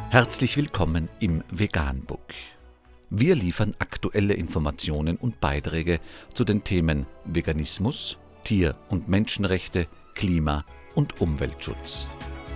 Herzlich willkommen im Veganbook. Wir liefern aktuelle Informationen und Beiträge zu den Themen Veganismus, Tier- und Menschenrechte, Klima- und Umweltschutz.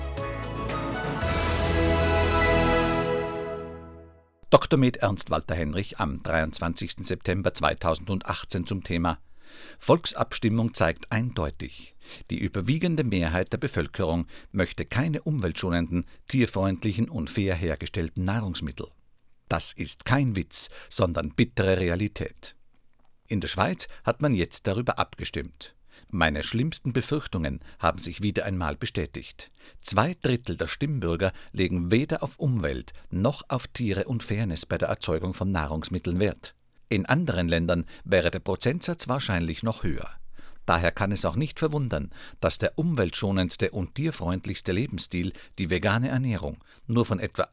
Dr. Med. Ernst Walter Henrich am 23. September 2018 zum Thema: Volksabstimmung zeigt eindeutig, die überwiegende Mehrheit der Bevölkerung möchte keine umweltschonenden, tierfreundlichen und fair hergestellten Nahrungsmittel. Das ist kein Witz, sondern bittere Realität. In der Schweiz hat man jetzt darüber abgestimmt. Meine schlimmsten Befürchtungen haben sich wieder einmal bestätigt. 2/3 der Stimmbürger legen weder auf Umwelt noch auf Tiere und Fairness bei der Erzeugung von Nahrungsmitteln Wert. In anderen Ländern wäre der Prozentsatz wahrscheinlich noch höher. Daher kann es auch nicht verwundern, dass der umweltschonendste und tierfreundlichste Lebensstil, die vegane Ernährung, nur von etwa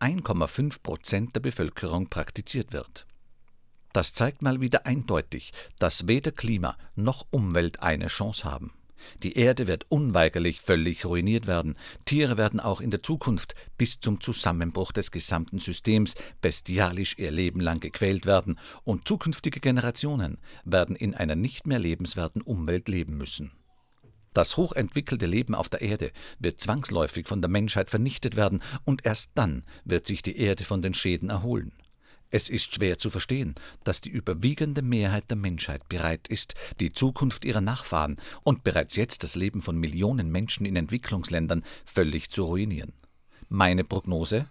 1,5% der Bevölkerung praktiziert wird. Das zeigt mal wieder eindeutig, dass weder Klima noch Umwelt eine Chance haben. Die Erde wird unweigerlich völlig ruiniert werden. Tiere werden auch in der Zukunft bis zum Zusammenbruch des gesamten Systems bestialisch ihr Leben lang gequält werden, und zukünftige Generationen werden in einer nicht mehr lebenswerten Umwelt leben müssen. Das hochentwickelte Leben auf der Erde wird zwangsläufig von der Menschheit vernichtet werden, und erst dann wird sich die Erde von den Schäden erholen. Es ist schwer zu verstehen, dass die überwiegende Mehrheit der Menschheit bereit ist, die Zukunft ihrer Nachfahren und bereits jetzt das Leben von Millionen Menschen in Entwicklungsländern völlig zu ruinieren. Meine Prognose?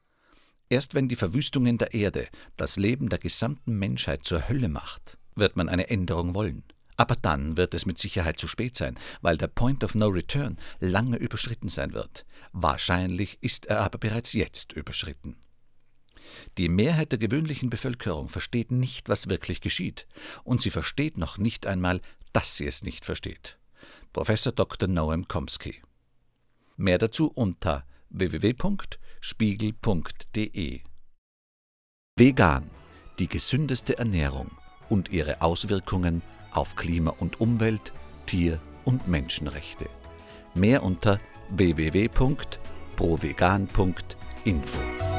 Erst wenn die Verwüstung in der Erde das Leben der gesamten Menschheit zur Hölle macht, wird man eine Änderung wollen. Aber dann wird es mit Sicherheit zu spät sein, weil der Point of No Return lange überschritten sein wird. Wahrscheinlich ist er aber bereits jetzt überschritten. Die Mehrheit der gewöhnlichen Bevölkerung versteht nicht, was wirklich geschieht, und sie versteht noch nicht einmal, dass sie es nicht versteht. Professor Dr. Noam Chomsky. Mehr dazu unter www.spiegel.de. Vegan, die gesündeste Ernährung und ihre Auswirkungen auf Klima und Umwelt, Tier- und Menschenrechte. Mehr unter www.provegan.info.